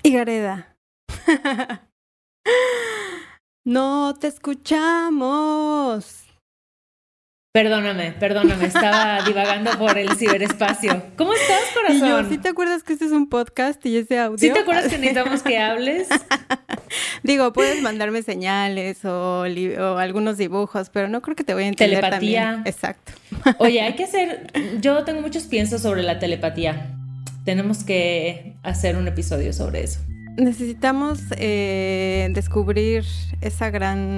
Gareda. No te escuchamos. Perdóname, estaba divagando por el ciberespacio. ¿Cómo estás, corazón? Y yo, ¿sí te acuerdas que este es un podcast y es de audio? ¿Sí te acuerdas que necesitamos que hables? Digo, puedes mandarme señales o algunos dibujos, pero no creo que te voy a entender. Telepatía. También. Exacto. Oye, hay que hacer... Yo tengo muchos piensos sobre la telepatía. Tenemos que hacer un episodio sobre eso. Necesitamos descubrir el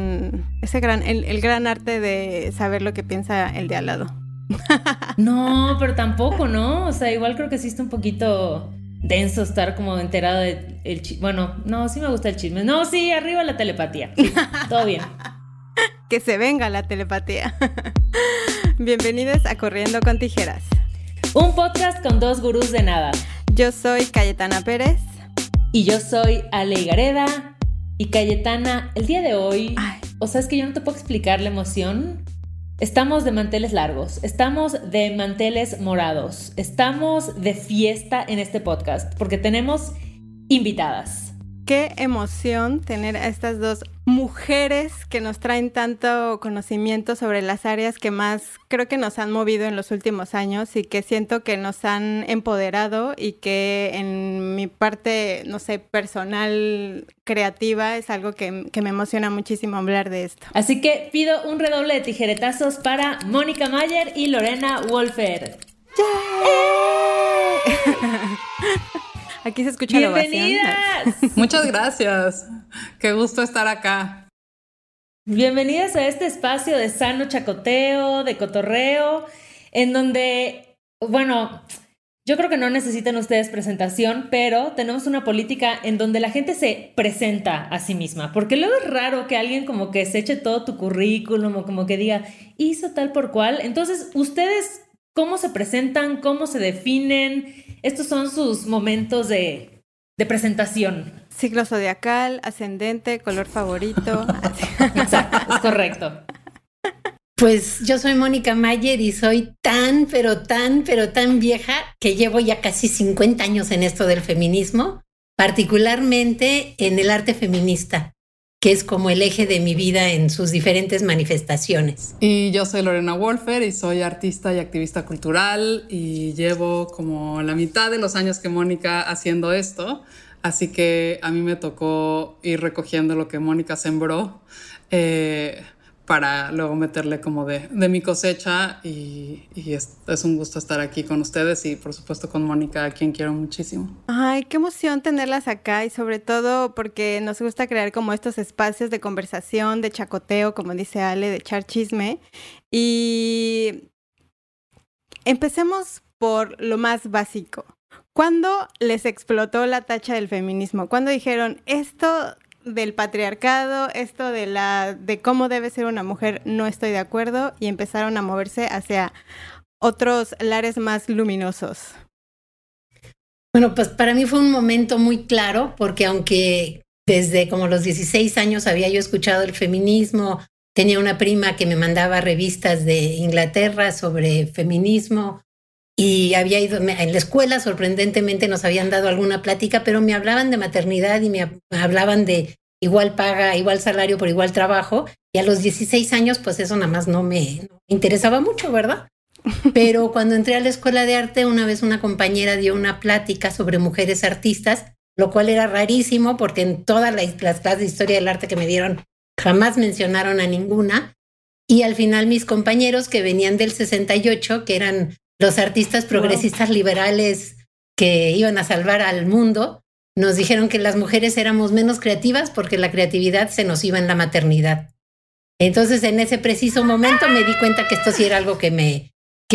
gran arte de saber lo que piensa el de al lado. No, pero tampoco, ¿no? O sea, igual creo que sí está un poquito denso estar como enterado de el chisme. Bueno, no, sí me gusta el chisme. No, sí, arriba la telepatía. Sí, todo bien. Que se venga la telepatía. Bienvenidos a Corriendo con Tijeras. Un podcast con dos gurús de nada. Yo soy Cayetana Pérez. Y yo soy Ale Gareda. Y Cayetana, el día de hoy, o sea, es que yo no te puedo explicar la emoción. Estamos de manteles largos, estamos de manteles morados, estamos de fiesta en este podcast porque tenemos invitadas. Qué emoción tener a estas dos mujeres que nos traen tanto conocimiento sobre las áreas que más creo que nos han movido en los últimos años y que siento que nos han empoderado y que en mi parte, no sé, personal, creativa, es algo que me emociona muchísimo hablar de esto. Así que pido un redoble de tijeretazos para Mónica Mayer y Lorena Wolfer. Aquí se escucha la ovación. ¡Bienvenidas! Muchas gracias. Qué gusto estar acá. Bienvenidas a este espacio de sano chacoteo, de cotorreo, en donde, bueno, yo creo que no necesitan ustedes presentación, pero tenemos una política en donde la gente se presenta a sí misma, porque luego es raro que alguien como que se eche todo tu currículum o como que diga, hizo tal por cual. Entonces, ustedes, ¿cómo se presentan? ¿Cómo se definen? Estos son sus momentos de presentación. Signo zodiacal, ascendente, color favorito. Exacto, es correcto. Pues yo soy Mónica Mayer y soy tan vieja que llevo ya casi 50 años en esto del feminismo, particularmente en el arte feminista, que es como el eje de mi vida en sus diferentes manifestaciones. Y yo soy Lorena Wolfer y soy artista y activista cultural y llevo como la mitad de los años que Mónica haciendo esto, así que a mí me tocó ir recogiendo lo que Mónica sembró para luego meterle como de mi cosecha y es un gusto estar aquí con ustedes y por supuesto con Mónica, a quien quiero muchísimo. Ay, qué emoción tenerlas acá y sobre todo porque nos gusta crear como estos espacios de conversación, de chacoteo, como dice Ale, de echar chisme. Y empecemos por lo más básico. ¿Cuándo les explotó la tacha del feminismo? ¿Cuándo dijeron esto del patriarcado, esto de cómo debe ser una mujer, no estoy de acuerdo, y empezaron a moverse hacia otros lares más luminosos? Bueno, pues para mí fue un momento muy claro, porque aunque desde como los 16 años había yo escuchado el feminismo, tenía una prima que me mandaba revistas de Inglaterra sobre feminismo y había ido en la escuela, sorprendentemente nos habían dado alguna plática, pero me hablaban de maternidad y me hablaban de igual paga, igual salario por igual trabajo, y a los 16 años pues eso nada más no me interesaba mucho, ¿verdad? Pero cuando entré a la escuela de arte, una vez una compañera dio una plática sobre mujeres artistas, lo cual era rarísimo porque en todas las clases de historia del arte que me dieron jamás mencionaron a ninguna, y al final mis compañeros que venían del 68, que eran los artistas progresistas liberales que iban a salvar al mundo, nos dijeron que las mujeres éramos menos creativas porque la creatividad se nos iba en la maternidad. Entonces, en ese preciso momento me di cuenta que esto sí era algo que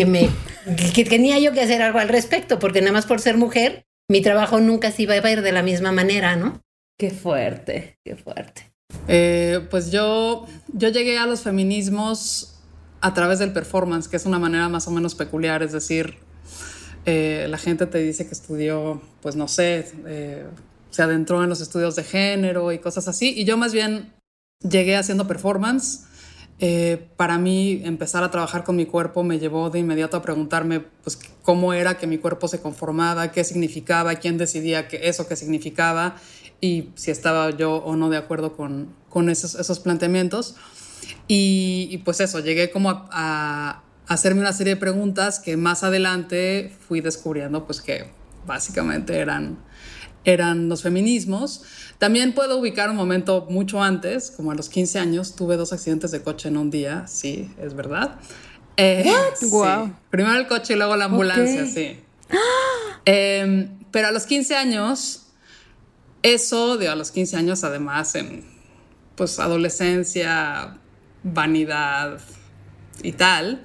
tenía yo que hacer algo al respecto, porque nada más por ser mujer, mi trabajo nunca se iba a ver de la misma manera, ¿no? Qué fuerte, qué fuerte. Pues yo llegué a los feminismos a través del performance, que es una manera más o menos peculiar, es decir, la gente te dice que estudió, pues no sé, se adentró en los estudios de género y cosas así, y yo más bien llegué haciendo performance para mí empezar a trabajar con mi cuerpo me llevó de inmediato a preguntarme pues, cómo era que mi cuerpo se conformaba, qué significaba, quién decidía qué significaba y si estaba yo o no de acuerdo con esos planteamientos. Y pues eso, llegué como a hacerme una serie de preguntas que más adelante fui descubriendo pues que básicamente eran los feminismos. También puedo ubicar un momento mucho antes, como a los 15 años, tuve 2 accidentes de coche en un día, sí, es verdad. Sí. Wow. Primero el coche y luego la ambulancia, sí. Pero a los 15 años, a los 15 años además en pues adolescencia, vanidad y tal,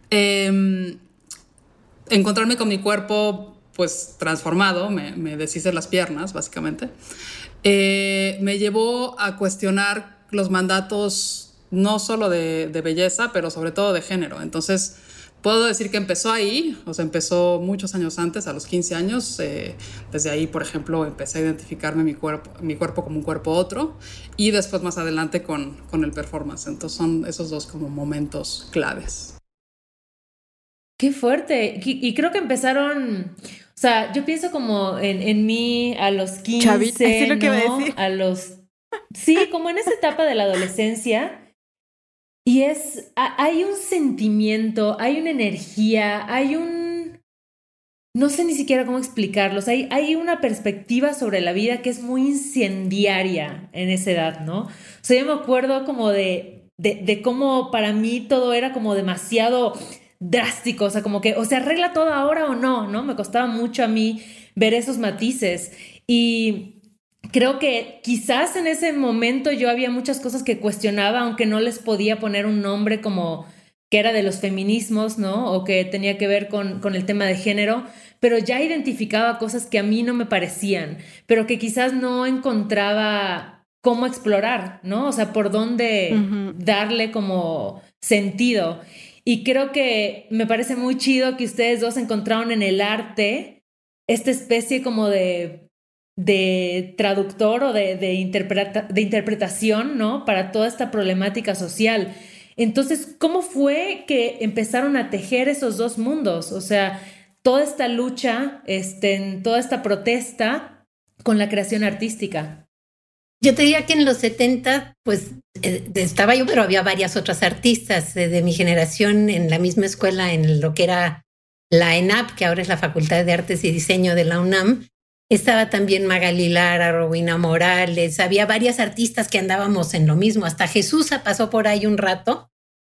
encontrarme con mi cuerpo pues transformado, me deshice las piernas básicamente, me llevó a cuestionar los mandatos no solo de belleza, pero sobre todo de género. Entonces puedo decir que empezó ahí, o sea, empezó muchos años antes, a los 15 años. Desde ahí, por ejemplo, empecé a identificarme mi cuerpo como un cuerpo otro, y después más adelante con el performance. Entonces son esos 2 como momentos claves. Qué fuerte. Y creo que empezaron, o sea, yo pienso como en mí a los 15, Chavita, es lo que iba a decir. Sí, como en esa etapa de la adolescencia. Y hay un sentimiento, hay una energía, no sé ni siquiera cómo explicarlos, hay una perspectiva sobre la vida que es muy incendiaria en esa edad, ¿no? O sea, yo me acuerdo como de cómo para mí todo era como demasiado drástico, o sea, como que o se arregla todo ahora o no, ¿no? Me costaba mucho a mí ver esos matices y creo que quizás en ese momento yo había muchas cosas que cuestionaba, aunque no les podía poner un nombre como que era de los feminismos, ¿no? O que tenía que ver con el tema de género, pero ya identificaba cosas que a mí no me parecían, pero que quizás no encontraba cómo explorar, ¿no? O sea, por dónde darle como sentido. Y creo que me parece muy chido que ustedes 2 encontraron en el arte esta especie como de traductor o de interpretación, ¿no? Para toda esta problemática social. Entonces, ¿cómo fue que empezaron a tejer esos 2 mundos? O sea, toda esta lucha, toda esta protesta con la creación artística. Yo te diría que en los 70, pues estaba yo, pero había varias otras artistas de mi generación en la misma escuela, en lo que era la ENAP, que ahora es la Facultad de Artes y Diseño de la UNAM. Estaba también Magali Lara, Rowena Morales, había varias artistas que andábamos en lo mismo. Hasta Jesús pasó por ahí un rato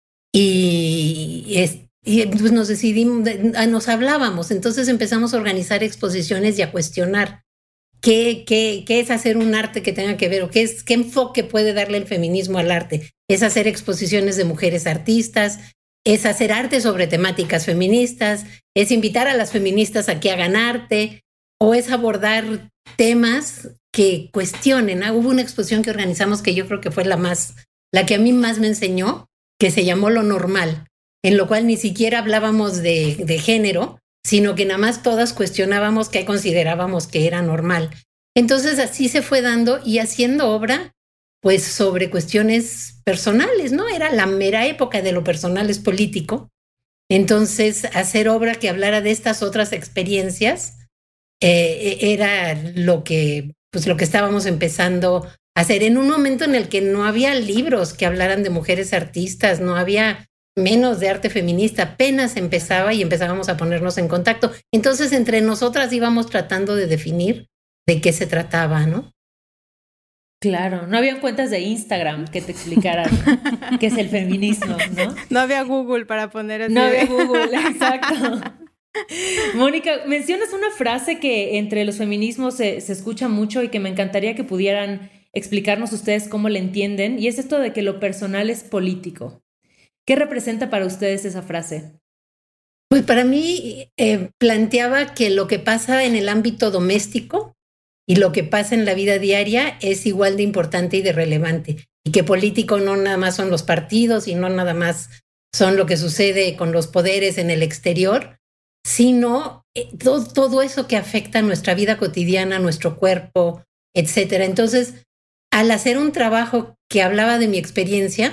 y pues nos decidimos, nos hablábamos. Entonces empezamos a organizar exposiciones y a cuestionar qué es hacer un arte que tenga que ver, o qué enfoque puede darle el feminismo al arte. Es hacer exposiciones de mujeres artistas, es hacer arte sobre temáticas feministas, es invitar a las feministas a que hagan arte, o es abordar temas que cuestionen. Hubo una exposición que organizamos que yo creo que fue la que a mí más me enseñó, que se llamó Lo Normal, en lo cual ni siquiera hablábamos de género, sino que nada más todas cuestionábamos qué considerábamos que era normal. Entonces así se fue dando y haciendo obra pues sobre cuestiones personales, ¿no? Era la mera época de lo personal es político. Entonces hacer obra que hablara de estas otras experiencias era lo que estábamos empezando a hacer en un momento en el que no había libros que hablaran de mujeres artistas, no había menos de arte feminista, apenas empezaba y empezábamos a ponernos en contacto. Entonces entre nosotras íbamos tratando de definir de qué se trataba, ¿no? Claro, no habían cuentas de Instagram que te explicaran qué es el feminismo, ¿no? No había Google para poner así. No había Google, exacto. Mónica, mencionas una frase que entre los feminismos se escucha mucho y que me encantaría que pudieran explicarnos ustedes cómo la entienden, y es esto de que lo personal es político. ¿Qué representa para ustedes esa frase? Pues para mí planteaba que lo que pasa en el ámbito doméstico y lo que pasa en la vida diaria es igual de importante y de relevante, y que político no nada más son los partidos y no nada más son lo que sucede con los poderes en el exterior, sino todo eso que afecta a nuestra vida cotidiana, nuestro cuerpo, etcétera. Entonces, al hacer un trabajo que hablaba de mi experiencia,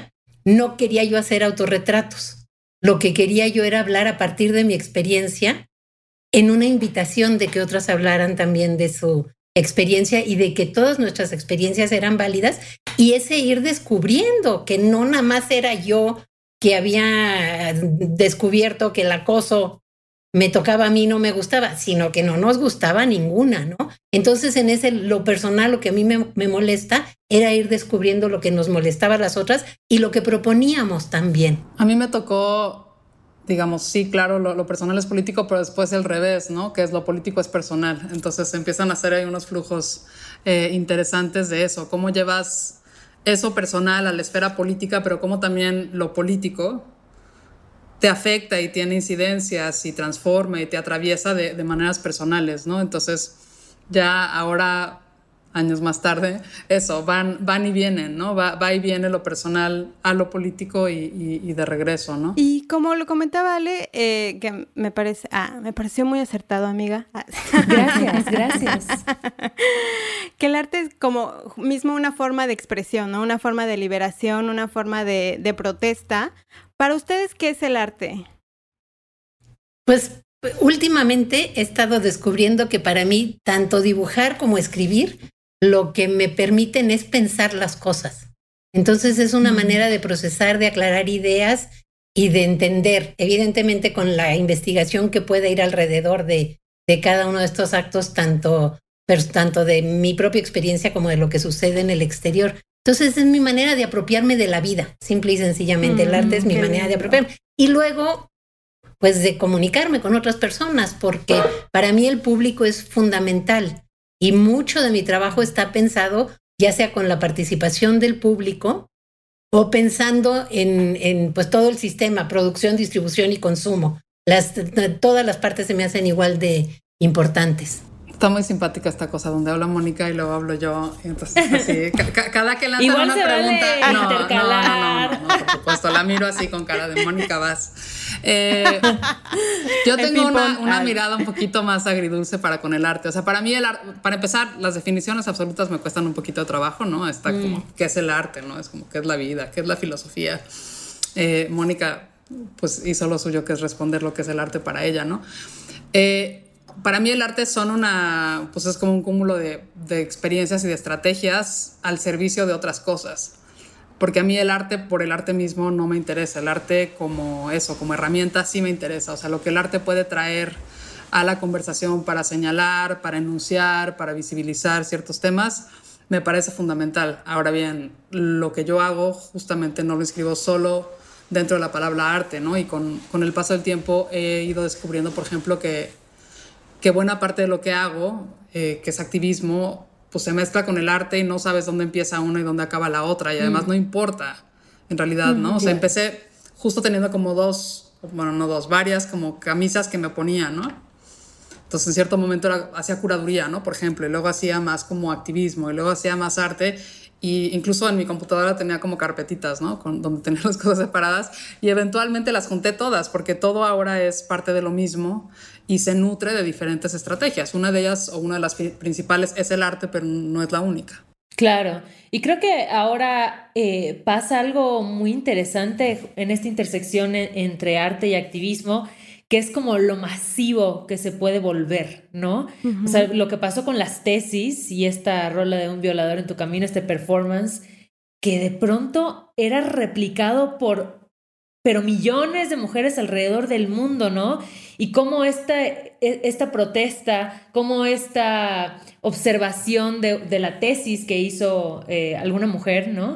no quería yo hacer autorretratos. Lo que quería yo era hablar a partir de mi experiencia en una invitación de que otras hablaran también de su experiencia y de que todas nuestras experiencias eran válidas, y ese ir descubriendo que no nada más era yo que había descubierto que el acoso me tocaba a mí, no me gustaba, sino que no nos gustaba ninguna, ¿no? Entonces, en ese, lo personal, lo que a mí me molesta era ir descubriendo lo que nos molestaba a las otras y lo que proponíamos también. A mí me tocó, digamos, sí, claro, lo personal es político, pero después el revés, ¿no? Que es lo político es personal. Entonces empiezan a hacer ahí unos flujos interesantes de eso. Cómo llevas eso personal a la esfera política, pero cómo también lo político te afecta y tiene incidencias y transforma y te atraviesa de maneras personales, ¿no? Entonces, ya ahora, años más tarde, eso, van y vienen, ¿no? Va y viene lo personal a lo político y de regreso, ¿no? Y como lo comentaba Ale, que me pareció muy acertado, amiga. Gracias. Que el arte es como mismo una forma de expresión, ¿no? Una forma de liberación, una forma de protesta. ¿Para ustedes qué es el arte? Pues últimamente he estado descubriendo que para mí tanto dibujar como escribir lo que me permiten es pensar las cosas. Entonces es una manera de procesar, de aclarar ideas y de entender, evidentemente con la investigación que pueda ir alrededor de cada uno de estos actos, tanto de mi propia experiencia como de lo que sucede en el exterior. Entonces es mi manera de apropiarme de la vida, simple y sencillamente. El arte es mi manera de apropiarme. Y luego, pues de comunicarme con otras personas, porque para mí el público es fundamental y mucho de mi trabajo está pensado ya sea con la participación del público o pensando en pues todo el sistema, producción, distribución y consumo. Todas las partes se me hacen igual de importantes. Está muy simpática esta cosa donde habla Mónica y luego hablo yo. Y entonces, así, cada que lanzan igual una se pregunta. Vale intercalar. No, por supuesto. La miro así con cara de Mónica, vas. Yo tengo una mirada un poquito más agridulce para con el arte. O sea, para mí, para empezar, las definiciones absolutas me cuestan un poquito de trabajo, ¿no? Está como, ¿qué es el arte? ¿No? Es como, ¿qué es la vida? ¿Qué es la filosofía? Mónica, pues hizo lo suyo, que es responder lo que es el arte para ella, ¿no? Para mí el arte pues es como un cúmulo de experiencias y de estrategias al servicio de otras cosas. Porque a mí el arte por el arte mismo no me interesa. El arte como herramienta sí me interesa. O sea, lo que el arte puede traer a la conversación para señalar, para enunciar, para visibilizar ciertos temas, me parece fundamental. Ahora bien, lo que yo hago justamente no lo escribo solo dentro de la palabra arte, ¿no? Y con el paso del tiempo he ido descubriendo, por ejemplo, que buena parte de lo que hago, que es activismo, pues se mezcla con el arte y no sabes dónde empieza una y dónde acaba la otra, y además no importa, en realidad, ¿no? O sea, empecé justo teniendo como varias como camisas que me ponía, ¿no? Entonces en cierto momento hacía curaduría, ¿no? Por ejemplo, y luego hacía más como activismo, y luego hacía más arte, y incluso en mi computadora tenía como carpetitas, ¿no? Donde tenía las cosas separadas, y eventualmente las junté todas, porque todo ahora es parte de lo mismo y se nutre de diferentes estrategias. Una de ellas, o una de las principales, es el arte, pero no es la única. Claro, y creo que ahora pasa algo muy interesante en esta intersección entre arte y activismo, que es como lo masivo que se puede volver, ¿no? Uh-huh. O sea, lo que pasó con las tesis y esta rola de un violador en tu camino, este performance, que de pronto era replicado pero millones de mujeres alrededor del mundo, ¿no? Y cómo esta protesta, cómo esta observación de la tesis que hizo alguna mujer, ¿no?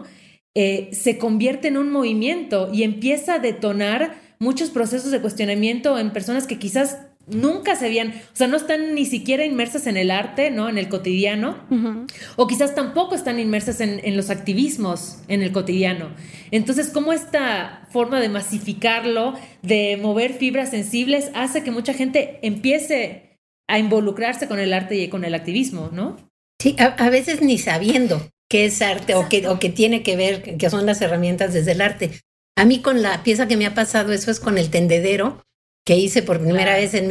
Se convierte en un movimiento y empieza a detonar muchos procesos de cuestionamiento en personas que quizás nunca no están ni siquiera inmersas en el arte, ¿no? En el cotidiano, uh-huh. O quizás tampoco están inmersas en los activismos en el cotidiano. Entonces, cómo esta forma de masificarlo, de mover fibras sensibles, hace que mucha gente empiece a involucrarse con el arte y con el activismo, ¿no? Sí, a veces ni sabiendo qué es arte o que tiene que ver, que son las herramientas desde el arte. A mí con la pieza que me ha pasado eso es con El Tendedero, que hice por primera vez en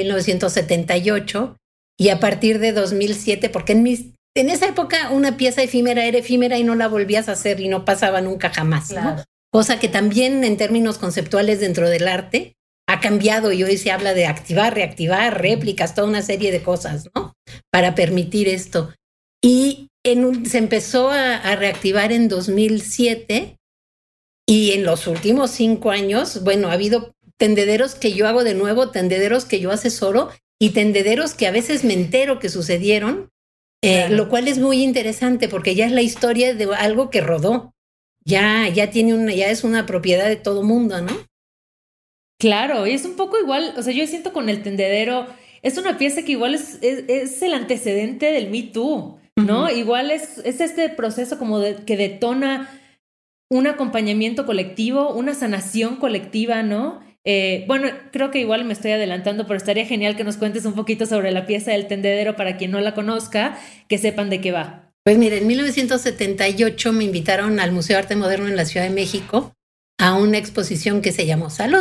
1978 y a partir de 2007, porque en esa época una pieza efímera era efímera y no la volvías a hacer y no pasaba nunca jamás, claro. ¿No? cosa que también en términos conceptuales dentro del arte ha cambiado y hoy se habla de activar, reactivar, réplicas, toda una serie de cosas, ¿no? Para permitir esto. Y se empezó a reactivar en 2007 y en los últimos 5 años, bueno, ha habido tendederos que yo hago de nuevo, tendederos que yo asesoro y tendederos que a veces me entero que sucedieron, lo cual es muy interesante porque ya es la historia de algo que rodó. Ya es una propiedad de todo mundo, ¿no? Claro, y es un poco igual, o sea, yo siento con el tendedero, es una pieza que igual es el antecedente del Me Too, ¿no? Uh-huh. Igual es este proceso como que detona un acompañamiento colectivo, una sanación colectiva, ¿no? Bueno, creo que igual me estoy adelantando, pero estaría genial que nos cuentes un poquito sobre la pieza del tendedero para quien no la conozca, que sepan de qué va. Pues mira, en 1978 me invitaron al Museo de Arte Moderno en la Ciudad de México a una exposición que se llamó Salón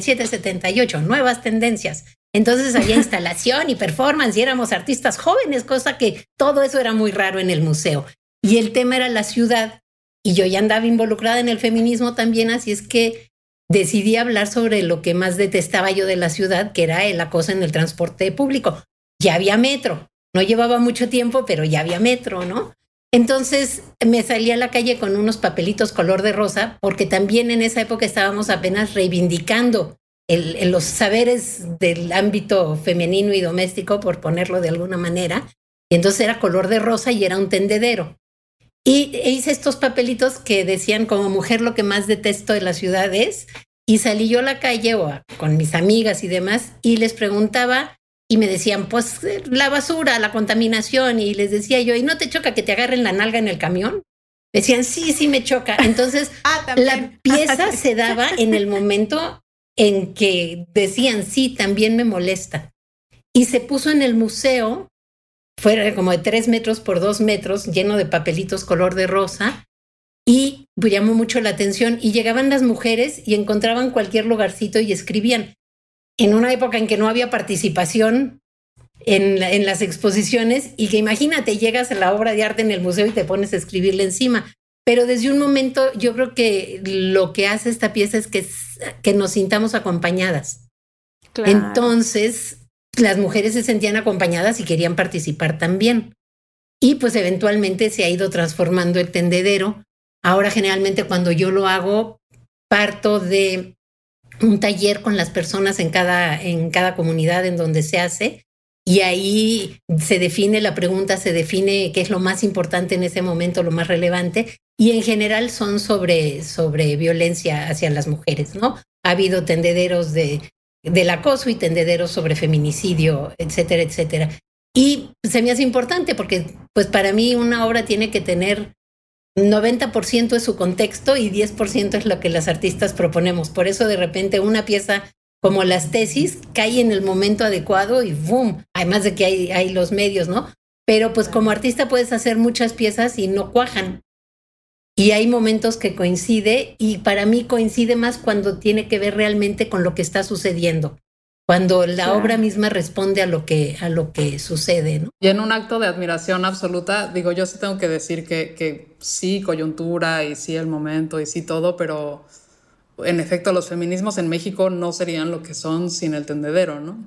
77-78, Nuevas Tendencias. Entonces había instalación y performance y éramos artistas jóvenes, cosa que todo eso era muy raro en el museo. Y el tema era la ciudad y yo ya andaba involucrada en el feminismo también, así es que decidí hablar sobre lo que más detestaba yo de la ciudad, que era el acoso en el transporte público. Ya había metro, no llevaba mucho tiempo, pero ya había metro, ¿no? Entonces me salí a la calle con unos papelitos color de rosa, porque también en esa época estábamos apenas reivindicando los saberes del ámbito femenino y doméstico, por ponerlo de alguna manera. Y entonces era color de rosa y era un tendedero. Y hice estos papelitos que decían, como mujer lo que más detesto de la ciudad es, y salí yo a la calle con mis amigas y demás, y les preguntaba, y me decían, pues la basura, la contaminación, y les decía yo, ¿y no te choca que te agarren la nalga en el camión? Decían, sí me choca. Entonces la pieza se daba en el momento en que decían, sí, también me molesta. Y se puso en el museo, fuera como de 3 metros por 2 metros, lleno de papelitos color de rosa, y llamó mucho la atención. Y llegaban las mujeres y encontraban cualquier lugarcito y escribían. En una época en que no había participación en las exposiciones, y que imagínate, llegas a la obra de arte en el museo y te pones a escribirle encima. Pero desde un momento yo creo que lo que hace esta pieza es que nos sintamos acompañadas. Claro. Entonces las mujeres se sentían acompañadas y querían participar también. Y pues eventualmente se ha ido transformando el tendedero. Ahora generalmente cuando yo lo hago, parto de un taller con las personas en cada comunidad en donde se hace, y ahí se define la pregunta, se define qué es lo más importante en ese momento, lo más relevante, y en general son sobre violencia hacia las mujeres, ¿no? Ha habido tendederos del acoso y tendederos sobre feminicidio, etcétera, etcétera. Y se me hace importante porque pues para mí una obra tiene que tener 90% es su contexto y 10% es lo que las artistas proponemos. Por eso de repente una pieza como las tesis cae en el momento adecuado y ¡boom! Además de que hay los medios, ¿no? Pero pues como artista puedes hacer muchas piezas y no cuajan. Y hay momentos que coincide, y para mí coincide más cuando tiene que ver realmente con lo que está sucediendo. Cuando la obra misma responde a lo que sucede, ¿no? Y en un acto de admiración absoluta, digo, yo sí tengo que decir que sí, coyuntura, y sí el momento, y sí todo, pero en efecto los feminismos en México no serían lo que son sin el tendedero, ¿no?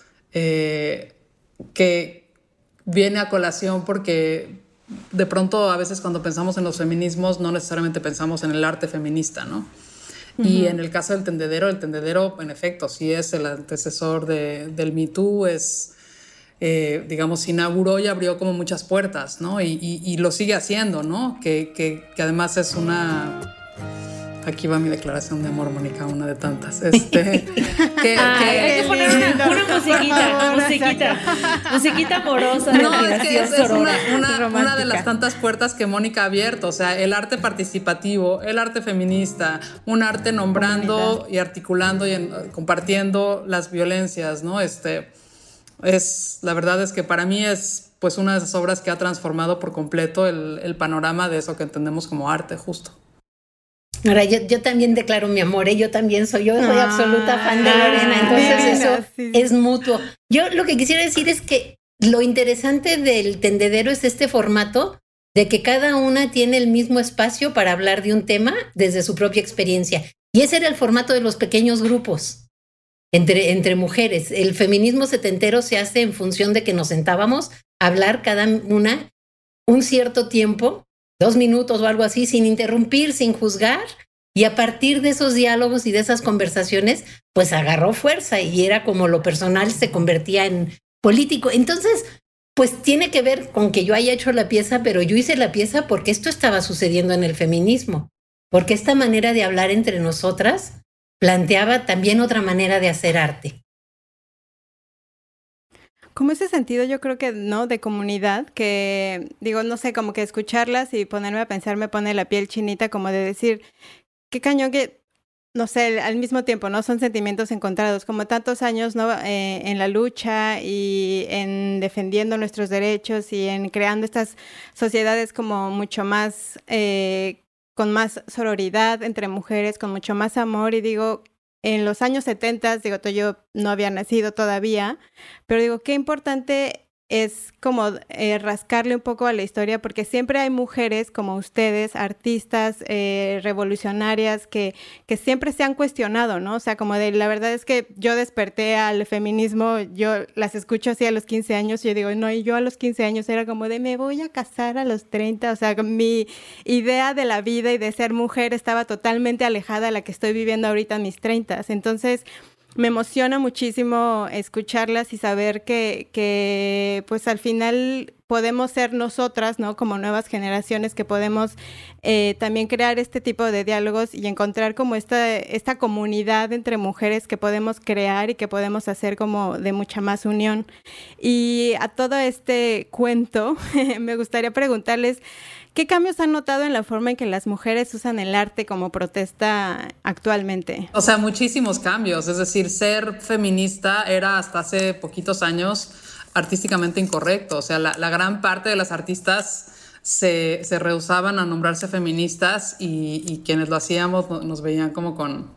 Que viene a colación porque de pronto a veces cuando pensamos en los feminismos no necesariamente pensamos en el arte feminista, ¿no? Y en el caso del tendedero, en efecto, sí es el antecesor del Me Too, digamos, inauguró y abrió como muchas puertas, ¿no? Y lo sigue haciendo, ¿no? Que además es una... Aquí va mi declaración de amor, Mónica, una de tantas. Hay que poner una musiquita amorosa. No, es que es una de las tantas puertas que Mónica ha abierto. O sea, el arte participativo, el arte feminista, un arte nombrando y articulando y compartiendo las violencias, ¿no? La verdad es que para mí es pues una de esas obras que ha transformado por completo el panorama de eso que entendemos como arte, justo. Ahora, yo también declaro mi amor, yo soy absoluta fan de Lorena, entonces eso es mutuo. Yo lo que quisiera decir es que lo interesante del tendedero es este formato de que cada una tiene el mismo espacio para hablar de un tema desde su propia experiencia. Y ese era el formato de los pequeños grupos entre mujeres. El feminismo setentero se hace en función de que nos sentábamos a hablar cada una un cierto tiempo, 2 minutos o algo así, sin interrumpir, sin juzgar. Y a partir de esos diálogos y de esas conversaciones, pues agarró fuerza y era como lo personal se convertía en político. Entonces, pues tiene que ver con que yo haya hecho la pieza, pero yo hice la pieza porque esto estaba sucediendo en el feminismo, porque esta manera de hablar entre nosotras planteaba también otra manera de hacer arte. Como ese sentido, yo creo que, ¿no? De comunidad, que digo, no sé, como que escucharlas y ponerme a pensar me pone la piel chinita, como de decir, qué cañón que, no sé, al mismo tiempo, ¿no? Son sentimientos encontrados, como tantos años, ¿no? En la lucha y en defendiendo nuestros derechos y en creando estas sociedades como mucho más, con más sororidad entre mujeres, con mucho más amor. Y digo, en los años 70, digo, yo no había nacido todavía, pero digo, qué importante es como rascarle un poco a la historia, porque siempre hay mujeres como ustedes, artistas, revolucionarias, que siempre se han cuestionado, ¿no? O sea, como de, la verdad es que yo desperté al feminismo, yo las escucho así a los 15 años, y yo digo, no, y yo a los 15 años era como de, me voy a casar a los 30, o sea, mi idea de la vida y de ser mujer estaba totalmente alejada a la que estoy viviendo ahorita en mis 30. Entonces, me emociona muchísimo escucharlas y saber que pues al final podemos ser nosotras, ¿no? Como nuevas generaciones que podemos también crear este tipo de diálogos y encontrar como esta comunidad entre mujeres que podemos crear y que podemos hacer como de mucha más unión. Y a todo este cuento me gustaría preguntarles, ¿qué cambios han notado en la forma en que las mujeres usan el arte como protesta actualmente? O sea, muchísimos cambios. Es decir, ser feminista era hasta hace poquitos años artísticamente incorrecto. O sea, la gran parte de las artistas se rehusaban a nombrarse feministas y quienes lo hacíamos nos veían como con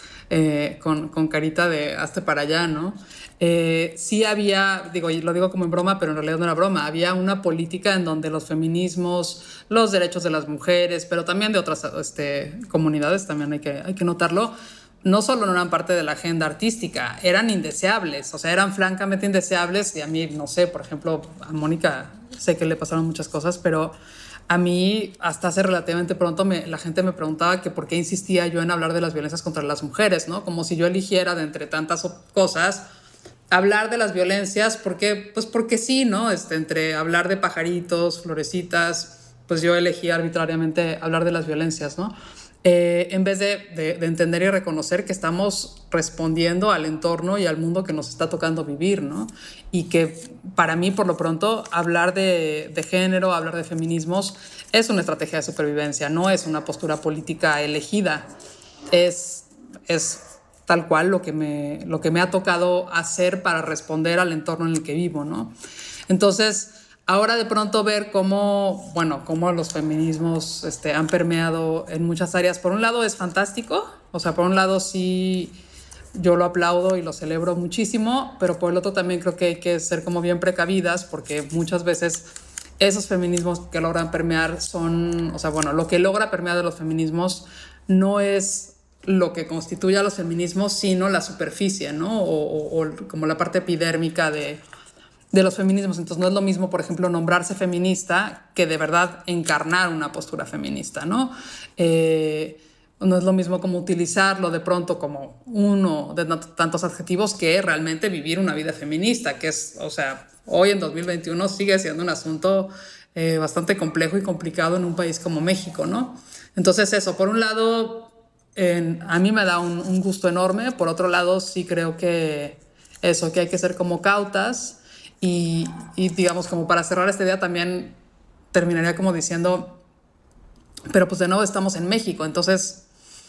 carita de hazte para allá, ¿no? Sí había, digo, y lo digo como en broma, pero en realidad no era broma, había una política en donde los feminismos, los derechos de las mujeres, pero también de otras comunidades, también hay que notarlo, no solo no eran parte de la agenda artística, eran indeseables, o sea, eran francamente indeseables. Y a mí, no sé, por ejemplo, a Mónica sé que le pasaron muchas cosas, pero a mí hasta hace relativamente pronto la gente me preguntaba que por qué insistía yo en hablar de las violencias contra las mujeres, ¿no? Como si yo eligiera de entre tantas cosas hablar de las violencias, porque sí, ¿no? Entre hablar de pajaritos, florecitas, pues yo elegí arbitrariamente hablar de las violencias, ¿no? En vez de entender y reconocer que estamos respondiendo al entorno y al mundo que nos está tocando vivir, ¿no? Y que para mí, por lo pronto, hablar de género, hablar de feminismos es una estrategia de supervivencia, no es una postura política elegida, es tal cual lo que me ha tocado hacer para responder al entorno en el que vivo, ¿no? Entonces, ahora de pronto ver cómo los feminismos han permeado en muchas áreas. Por un lado es fantástico, o sea, por un lado sí yo lo aplaudo y lo celebro muchísimo, pero por el otro también creo que hay que ser como bien precavidas, porque muchas veces esos feminismos que logran permear son, o sea, bueno, lo que logra permear de los feminismos no es lo que constituye a los feminismos, sino la superficie, ¿no? O como la parte epidérmica de los feminismos. Entonces no es lo mismo, por ejemplo, nombrarse feminista que de verdad encarnar una postura feminista, ¿no? No es lo mismo como utilizarlo de pronto como uno de tantos adjetivos que realmente vivir una vida feminista, que es, o sea, hoy en 2021 sigue siendo un asunto bastante complejo y complicado en un país como México, ¿no? Entonces eso, por un lado, a mí me da un gusto enorme. Por otro lado, sí creo que hay que ser como cautas. Y digamos, como para cerrar esta idea, también terminaría como diciendo, pero pues de nuevo estamos en México, entonces,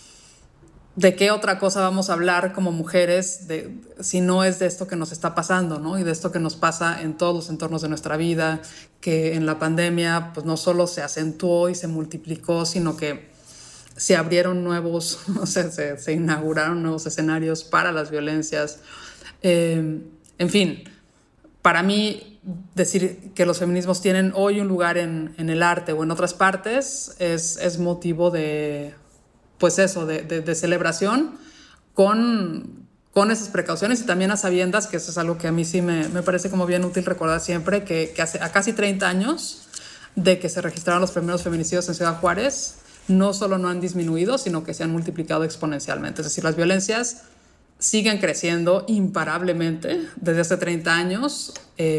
¿de qué otra cosa vamos a hablar como mujeres si no es de esto que nos está pasando, ¿no? Y de esto que nos pasa en todos los entornos de nuestra vida, que en la pandemia pues no solo se acentuó y se multiplicó, sino que se abrieron nuevos, o sea, se inauguraron nuevos escenarios para las violencias. En fin, para mí, decir que los feminismos tienen hoy un lugar en el arte o en otras partes es motivo de, pues eso, de celebración con esas precauciones y también a sabiendas, que eso es algo que a mí sí me parece como bien útil recordar siempre, que hace a casi 30 años de que se registraron los primeros feminicidios en Ciudad Juárez, no solo no han disminuido, sino que se han multiplicado exponencialmente. Es decir, las violencias siguen creciendo imparablemente desde hace 30 años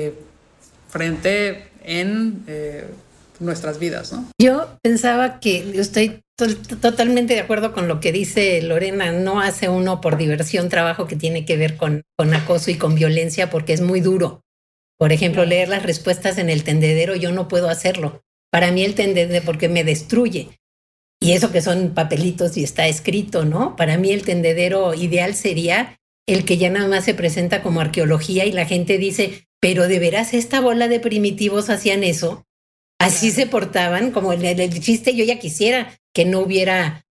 frente en nuestras vidas, ¿no? Yo pensaba que estoy totalmente de acuerdo con lo que dice Lorena. No hace uno por diversión trabajo que tiene que ver con acoso y con violencia, porque es muy duro. Por ejemplo, leer las respuestas en el tendedero, yo no puedo hacerlo. Para mí el tendedero, porque me destruye. Y eso que son papelitos y está escrito, ¿no? Para mí el tendedero ideal sería el que ya nada más se presenta como arqueología y la gente dice, pero ¿de veras esta bola de primitivos hacían eso? Así se portaban, como el chiste. Yo ya quisiera que no hubiera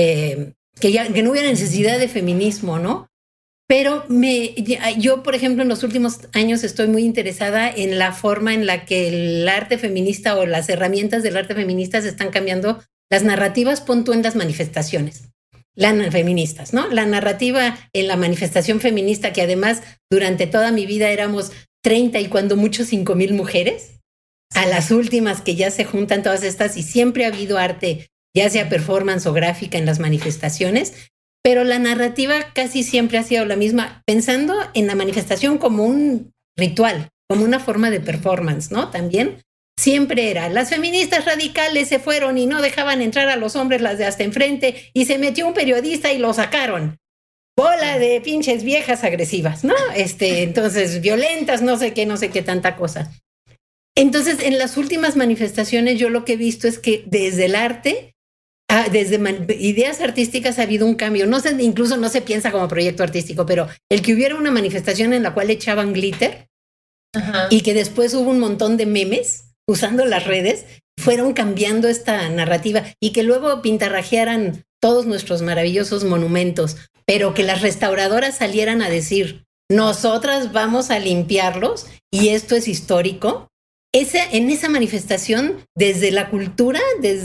que no hubiera necesidad de feminismo, ¿no? Pero yo, por ejemplo, en los últimos años estoy muy interesada en la forma en la que el arte feminista o las herramientas del arte feminista se están cambiando. Las narrativas, pon tú en las manifestaciones, las feministas, ¿no? La narrativa en la manifestación feminista, que además durante toda mi vida éramos 30 y cuando mucho 5,000 mujeres, a las últimas que ya se juntan todas estas, y siempre ha habido arte, ya sea performance o gráfica en las manifestaciones, pero la narrativa casi siempre ha sido la misma, pensando en la manifestación como un ritual, como una forma de performance, ¿no? También siempre era, las feministas radicales se fueron y no dejaban entrar a los hombres, las de hasta enfrente, y se metió un periodista y lo sacaron. Bola de pinches viejas agresivas, ¿no? Entonces, violentas, no sé qué tanta cosa. Entonces, en las últimas manifestaciones yo lo que he visto es que desde el arte, desde ideas artísticas ha habido un cambio. No sé, incluso no se piensa como proyecto artístico, pero el que hubiera una manifestación en la cual echaban glitter, ajá, y que después hubo un montón de memes usando las redes, fueron cambiando esta narrativa y que luego pintarrajearan todos nuestros maravillosos monumentos, pero que las restauradoras salieran a decir, nosotras vamos a limpiarlos y esto es histórico. En esa manifestación, desde la cultura,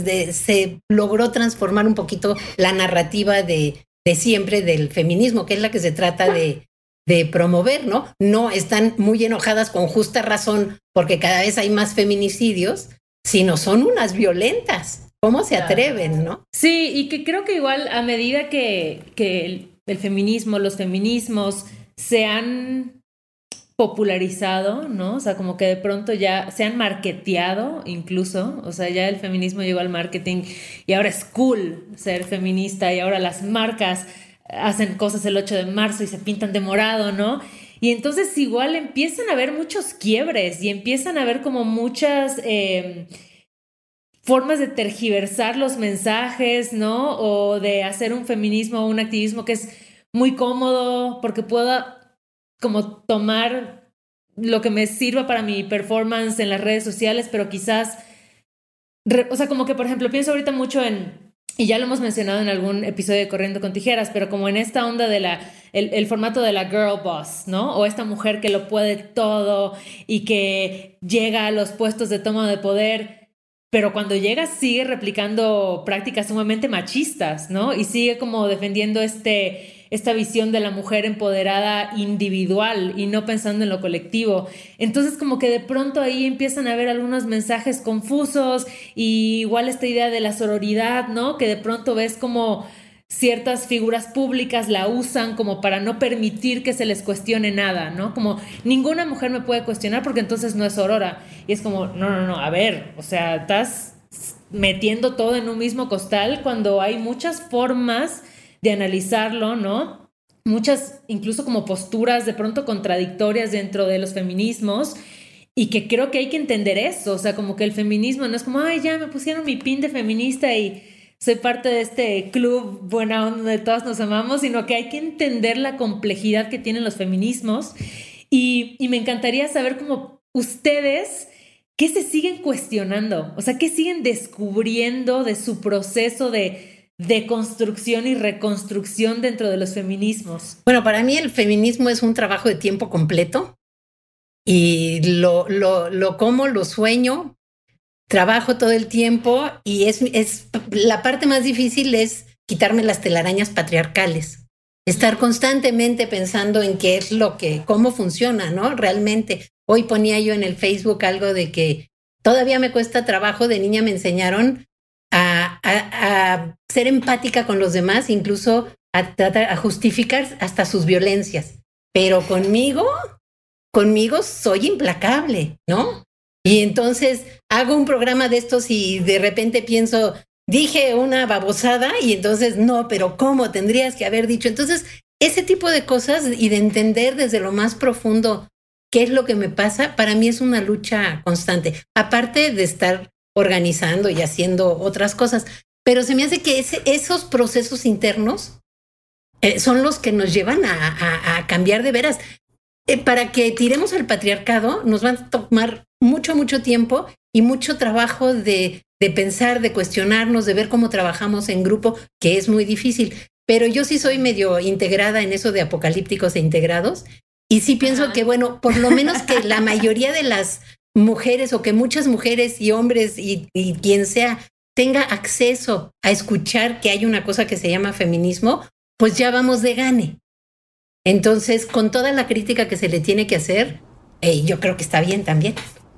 se logró transformar un poquito la narrativa de siempre del feminismo, que es la que se trata de promover, ¿no? No están muy enojadas con justa razón porque cada vez hay más feminicidios, sino son unas violentas. ¿Cómo se atreven, no? Sí, y que creo que igual a medida que el feminismo, los feminismos se han popularizado, ¿no? O sea, como que de pronto ya se han marketeado incluso, o sea, ya el feminismo llegó al marketing y ahora es cool ser feminista y ahora las marcas hacen cosas el 8 de marzo y se pintan de morado, ¿no? Y entonces igual empiezan a haber muchos quiebres y empiezan a haber como muchas formas de tergiversar los mensajes, ¿no? O de hacer un feminismo o un activismo que es muy cómodo porque pueda como tomar lo que me sirva para mi performance en las redes sociales, pero quizás, o sea, como que por ejemplo pienso ahorita mucho y ya lo hemos mencionado en algún episodio de Corriendo con Tijeras, pero como en esta onda de el formato de la girl boss, ¿no? O esta mujer que lo puede todo y que llega a los puestos de toma de poder, pero cuando llega sigue replicando prácticas sumamente machistas, ¿no? Y sigue como defendiendo esta visión de la mujer empoderada individual y no pensando en lo colectivo. Entonces como que de pronto ahí empiezan a haber algunos mensajes confusos y igual esta idea de la sororidad, ¿no? Que de pronto ves como ciertas figuras públicas la usan como para no permitir que se les cuestione nada, ¿no? Como ninguna mujer me puede cuestionar porque entonces no es sorora. Y es como, no, a ver, o sea, estás metiendo todo en un mismo costal cuando hay muchas formas de analizarlo, ¿no? Muchas incluso como posturas de pronto contradictorias dentro de los feminismos y que creo que hay que entender eso, o sea, como que el feminismo no es como, ay, ya me pusieron mi pin de feminista y soy parte de este club buena onda donde todas nos amamos, sino que hay que entender la complejidad que tienen los feminismos y me encantaría saber cómo ustedes, ¿qué se siguen cuestionando? O sea, ¿qué siguen descubriendo de su proceso de construcción y reconstrucción dentro de los feminismos? Bueno, para mí el feminismo es un trabajo de tiempo completo y lo como, lo sueño, trabajo todo el tiempo y es la parte más difícil es quitarme las telarañas patriarcales. Estar constantemente pensando en qué es cómo funciona, ¿no? Realmente. Hoy ponía yo en el Facebook algo de que todavía me cuesta trabajo. De niña me enseñaron a ser empática con los demás, incluso a justificar hasta sus violencias. Pero conmigo soy implacable, ¿no? Y entonces hago un programa de estos y de repente pienso, dije una babosada y entonces no, pero ¿cómo? Tendrías que haber dicho. Entonces, ese tipo de cosas y de entender desde lo más profundo qué es lo que me pasa, para mí es una lucha constante. Aparte de estar organizando y haciendo otras cosas. Pero se me hace que esos procesos internos son los que nos llevan a cambiar de veras. Para que tiremos al patriarcado nos va a tomar mucho tiempo y mucho trabajo de pensar, de cuestionarnos, de ver cómo trabajamos en grupo, que es muy difícil. Pero yo sí soy medio integrada en eso de apocalípticos e integrados y sí pienso que, bueno, por lo menos que la mayoría de las mujeres o que muchas mujeres y hombres y quien sea tenga acceso a escuchar que hay una cosa que se llama feminismo, pues ya vamos de gane. Entonces, con toda la crítica que se le tiene que hacer, yo creo que está bien también.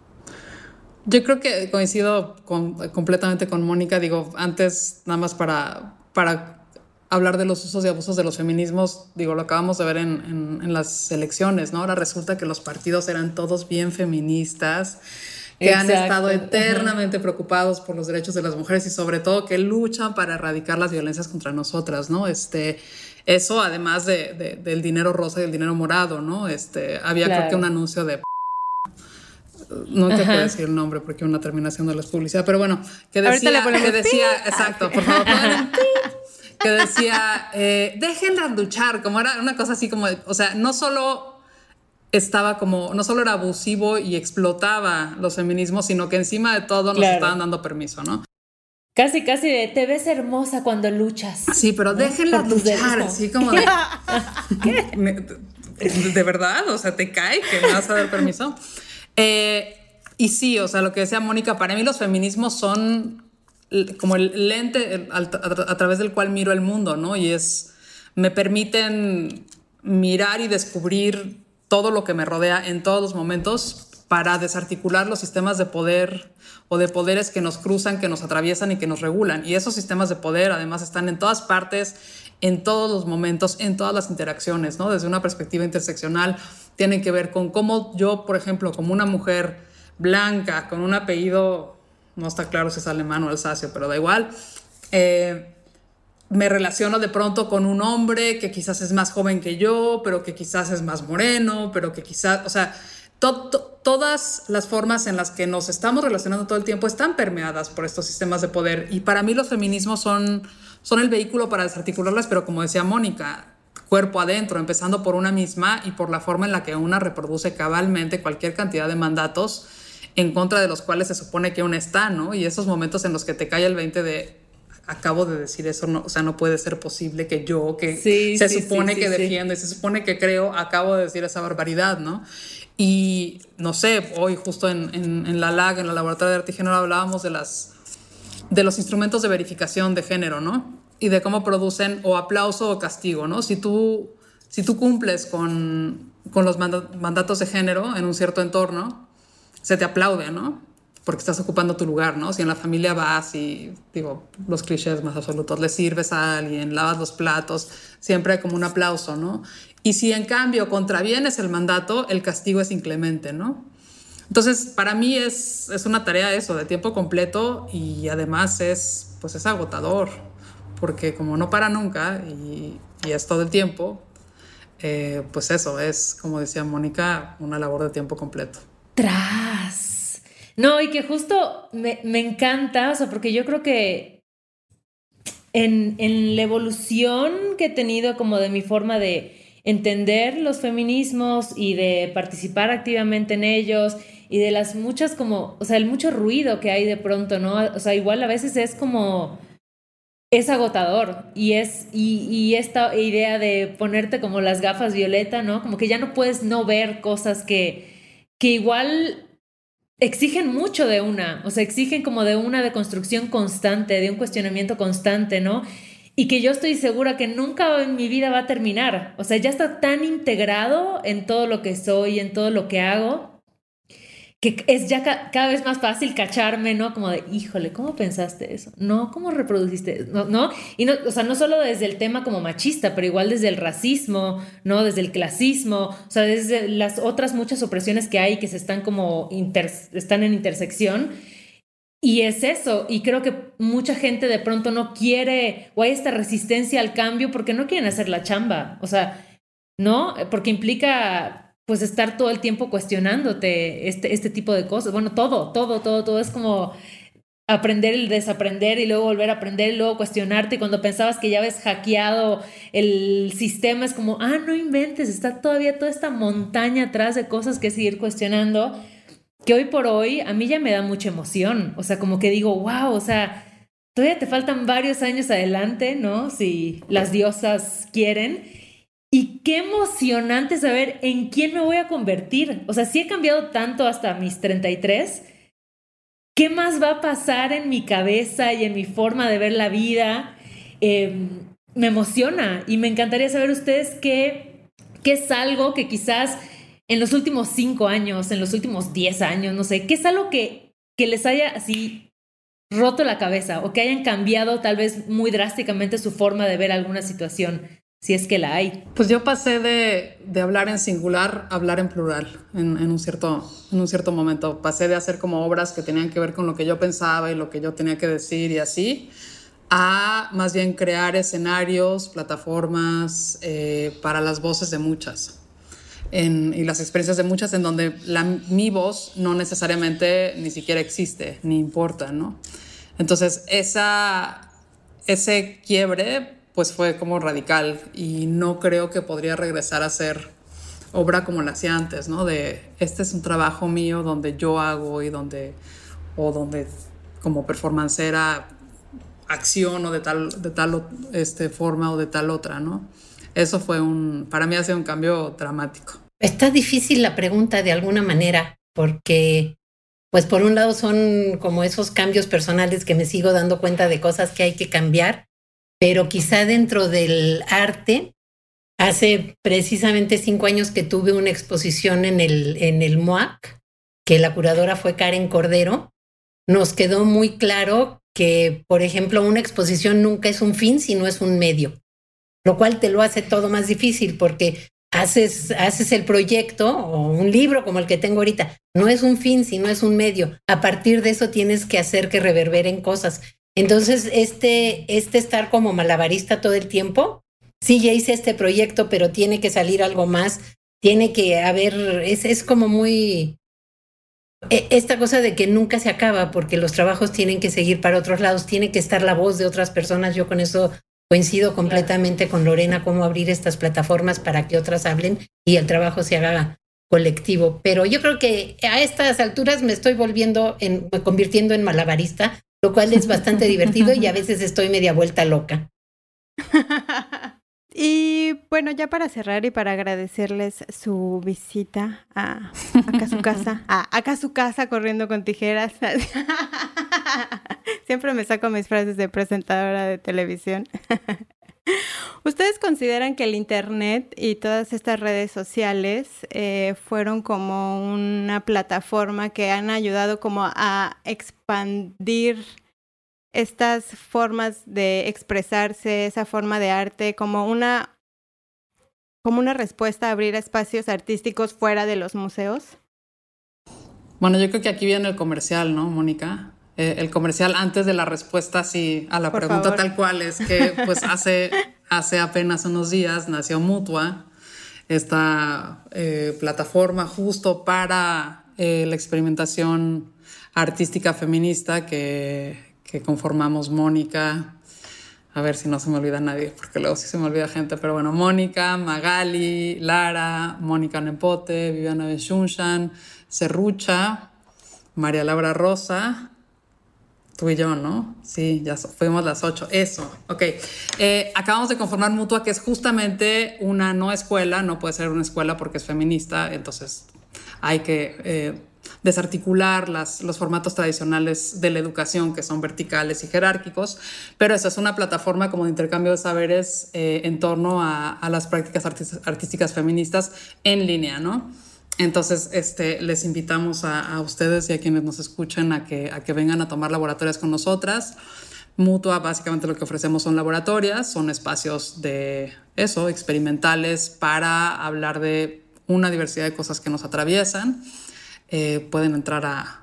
Yo creo que coincido completamente con Mónica. Digo, antes, nada más para hablar de los usos y abusos de los feminismos, digo, lo acabamos de ver en las elecciones, ¿no? Ahora resulta que los partidos eran todos bien feministas, que han estado eternamente preocupados por los derechos de las mujeres y sobre todo que luchan para erradicar las violencias contra nosotras, ¿no? Eso además del dinero rosa y el dinero morado, ¿no? Había creo que un anuncio de... No te puedo decir el nombre porque una terminación de la publicidad, pero bueno, que decía, exacto, por favor, que decía, déjenlas luchar, como era una cosa así como, o sea, no solo era abusivo y explotaba los feminismos, sino que encima de todo nos estaban dando permiso, ¿no? Casi de, te ves hermosa cuando luchas. Sí, pero ¿no? Déjenlas luchar, así como de... ¿De verdad? O sea, ¿te cae que me vas a dar permiso? Y sí, o sea, lo que decía Mónica, para mí los feminismos son como el lente a través del cual miro el mundo, ¿no? Y me permiten mirar y descubrir todo lo que me rodea en todos los momentos para desarticular los sistemas de poder o de poderes que nos cruzan, que nos atraviesan y que nos regulan. Y esos sistemas de poder además están en todas partes, en todos los momentos, en todas las interacciones, ¿no? Desde una perspectiva interseccional tienen que ver con cómo yo, por ejemplo, como una mujer blanca con un apellido, no está claro si es alemán o alsacio, pero da igual, me relaciono de pronto con un hombre que quizás es más joven que yo, pero que quizás es más moreno, pero que quizás, o sea, todas las formas en las que nos estamos relacionando todo el tiempo están permeadas por estos sistemas de poder. Y para mí los feminismos son el vehículo para desarticularlas, pero como decía Mónica, cuerpo adentro, empezando por una misma y por la forma en la que una reproduce cabalmente cualquier cantidad de mandatos en contra de los cuales se supone que una está, ¿no? Y esos momentos en los que te cae el 20 de acabo de decir eso, no, o sea, no puede ser posible que yo, que se supone que defiendo y se supone que creo, acabo de decir esa barbaridad, ¿no? Y no sé, hoy justo en la LAG, en la Laboratorio de Arte y Género, hablábamos de los instrumentos de verificación de género, ¿no? Y de cómo producen o aplauso o castigo, ¿no? Si tú cumples con los mandatos de género en un cierto entorno, se te aplaude, ¿no? Porque estás ocupando tu lugar, ¿no? Si en la familia vas y, digo, los clichés más absolutos, le sirves a alguien, lavas los platos, siempre hay como un aplauso, ¿no? Y si en cambio contravienes el mandato, el castigo es inclemente, ¿no? Entonces, para mí es una tarea eso, de tiempo completo y además es agotador, porque como no para nunca y es todo el tiempo, pues eso es, como decía Mónica, una labor de tiempo completo. ¡Tras! No, y que justo me encanta, o sea, porque yo creo que en la evolución que he tenido como de mi forma de entender los feminismos y de participar activamente en ellos y de las muchas como, o sea, el mucho ruido que hay de pronto, ¿no? O sea, igual a veces es como, es agotador y esta idea de ponerte como las gafas violeta, ¿no? Como que ya no puedes no ver cosas que que igual exigen mucho de una, o sea, exigen como de una deconstrucción constante, de un cuestionamiento constante, ¿no? Y que yo estoy segura que nunca en mi vida va a terminar. O sea, ya está tan integrado en todo lo que soy, en todo lo que hago, que es ya cada vez más fácil cacharme, ¿no? Como de, híjole, ¿cómo pensaste eso? No, ¿cómo reproduciste eso? ¿No? Y no, o sea, no solo desde el tema como machista, pero igual desde el racismo, ¿no? Desde el clasismo, o sea, desde las otras muchas opresiones que hay que se están como, están en intersección. Y es eso, y creo que mucha gente de pronto no quiere, o hay esta resistencia al cambio porque no quieren hacer la chamba, o sea, ¿no? Porque implica pues estar todo el tiempo cuestionándote este tipo de cosas. Bueno, todo es como aprender y desaprender y luego volver a aprender y luego cuestionarte, y cuando pensabas que ya habías hackeado el sistema es como, no inventes, está todavía toda esta montaña atrás de cosas que seguir cuestionando, que hoy por hoy a mí ya me da mucha emoción, o sea, como que digo, wow, o sea, todavía te faltan varios años adelante, ¿no? Si las diosas quieren. Y qué emocionante saber en quién me voy a convertir. O sea, si he cambiado tanto hasta mis 33, ¿qué más va a pasar en mi cabeza y en mi forma de ver la vida? Me emociona y me encantaría saber ustedes qué es algo que quizás en los últimos 5 años, en los últimos 10 años, no sé, qué es algo que les haya así roto la cabeza o que hayan cambiado tal vez muy drásticamente su forma de ver alguna situación. Si es que la hay. Pues yo pasé de hablar en singular a hablar en plural en un cierto momento. Pasé de hacer como obras que tenían que ver con lo que yo pensaba y lo que yo tenía que decir y así, a más bien crear escenarios, plataformas para las voces de muchas y las experiencias de muchas en donde mi voz no necesariamente ni siquiera existe ni importa, ¿no? Entonces ese quiebre pues fue como radical y no creo que podría regresar a hacer obra como la hacía antes, ¿no? Este es un trabajo mío donde yo hago y donde como performancera acciono de tal forma o de tal otra, ¿no? Eso fue para mí ha sido un cambio dramático. Está difícil la pregunta de alguna manera porque pues por un lado son como esos cambios personales que me sigo dando cuenta de cosas que hay que cambiar. Pero quizá dentro del arte, hace precisamente 5 años que tuve una exposición en el MOAC, que la curadora fue Karen Cordero, nos quedó muy claro que, por ejemplo, una exposición nunca es un fin, sino es un medio, lo cual te lo hace todo más difícil porque haces el proyecto o un libro como el que tengo ahorita, no es un fin, sino es un medio. A partir de eso tienes que hacer que reverberen cosas. Entonces, estar como malabarista todo el tiempo, sí, ya hice este proyecto, pero tiene que salir algo más, tiene que haber, es como muy, esta cosa de que nunca se acaba, porque los trabajos tienen que seguir para otros lados, tiene que estar la voz de otras personas. Yo con eso coincido completamente con Lorena, cómo abrir estas plataformas para que otras hablen y el trabajo se haga colectivo. Pero yo creo que a estas alturas me estoy convirtiendo en malabarista, lo cual es bastante divertido y a veces estoy media vuelta loca. Y bueno, ya para cerrar y para agradecerles su visita a su casa corriendo con tijeras. Siempre me saco mis frases de presentadora de televisión. ¿Ustedes consideran que el internet y todas estas redes sociales fueron como una plataforma que han ayudado como a expandir estas formas de expresarse, esa forma de arte, como una respuesta a abrir espacios artísticos fuera de los museos? Bueno, yo creo que aquí viene el comercial, ¿no, Mónica? El comercial antes de la respuesta sí, a la Por pregunta favor. Tal cual es que pues hace apenas unos días nació Mutua, esta plataforma justo para la experimentación artística feminista que conformamos Mónica, a ver si no se me olvida nadie, porque luego sí se me olvida gente, pero bueno, Mónica, Magali, Lara, Mónica Nepote, Viviana Benchunchan, Serrucha, María Laura Rosa, tú y yo, ¿no? Sí, ya fuimos las 8. Eso, ok. Acabamos de conformar Mutua, que es justamente una no escuela, no puede ser una escuela porque es feminista, entonces hay que desarticular los formatos tradicionales de la educación, que son verticales y jerárquicos, pero esa es una plataforma como de intercambio de saberes en torno a las prácticas artísticas feministas en línea, ¿no? Entonces, les invitamos a ustedes y a quienes nos escuchen a que vengan a tomar laboratorias con nosotras. Mutua, básicamente lo que ofrecemos son laboratorias, son espacios de eso, experimentales, para hablar de una diversidad de cosas que nos atraviesan. Pueden entrar a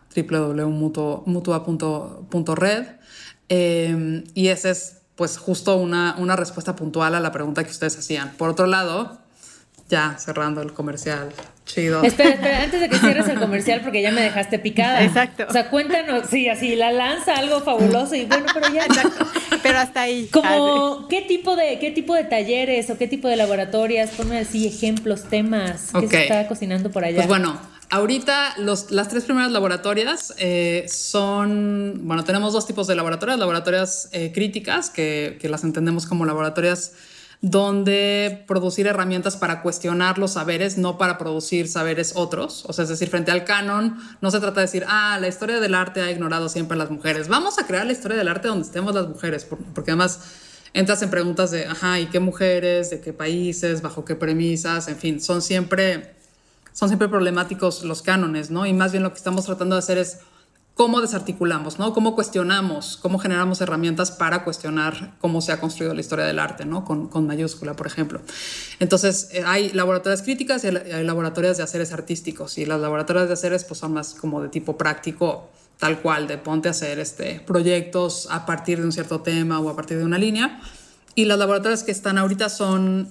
www.mutua.red y esa es pues justo una respuesta puntual a la pregunta que ustedes hacían. Por otro lado, ya cerrando el comercial, chido. Espera, antes de que cierres el comercial, porque ya me dejaste picada. Exacto. O sea, cuéntanos, sí, así la lanza algo fabuloso y bueno, pero ya. Exacto. Pero hasta ahí. Como, ¿qué tipo de talleres o qué tipo de laboratorias? Ponme así ejemplos, temas. ¿Qué se está cocinando por allá? Pues bueno, ahorita las 3 primeras laboratorias tenemos 2 tipos de laboratorias críticas, que las entendemos como laboratorias donde producir herramientas para cuestionar los saberes, no para producir saberes otros. O sea, es decir, frente al canon, no se trata de decir, la historia del arte ha ignorado siempre a las mujeres. Vamos a crear la historia del arte donde estemos las mujeres, porque además entras en preguntas de, ¿y qué mujeres? ¿De qué países? ¿Bajo qué premisas? En fin, son siempre problemáticos los cánones, ¿no? Y más bien lo que estamos tratando de hacer es cómo desarticulamos, ¿no? Cómo cuestionamos, cómo generamos herramientas para cuestionar cómo se ha construido la historia del arte, ¿no? Con mayúscula, por ejemplo. Entonces, hay laboratorias críticas y hay laboratorias de haceres artísticos. Y las laboratorias de haceres pues, son más como de tipo práctico, tal cual, de ponte a hacer proyectos a partir de un cierto tema o a partir de una línea. Y las laboratorias que están ahorita son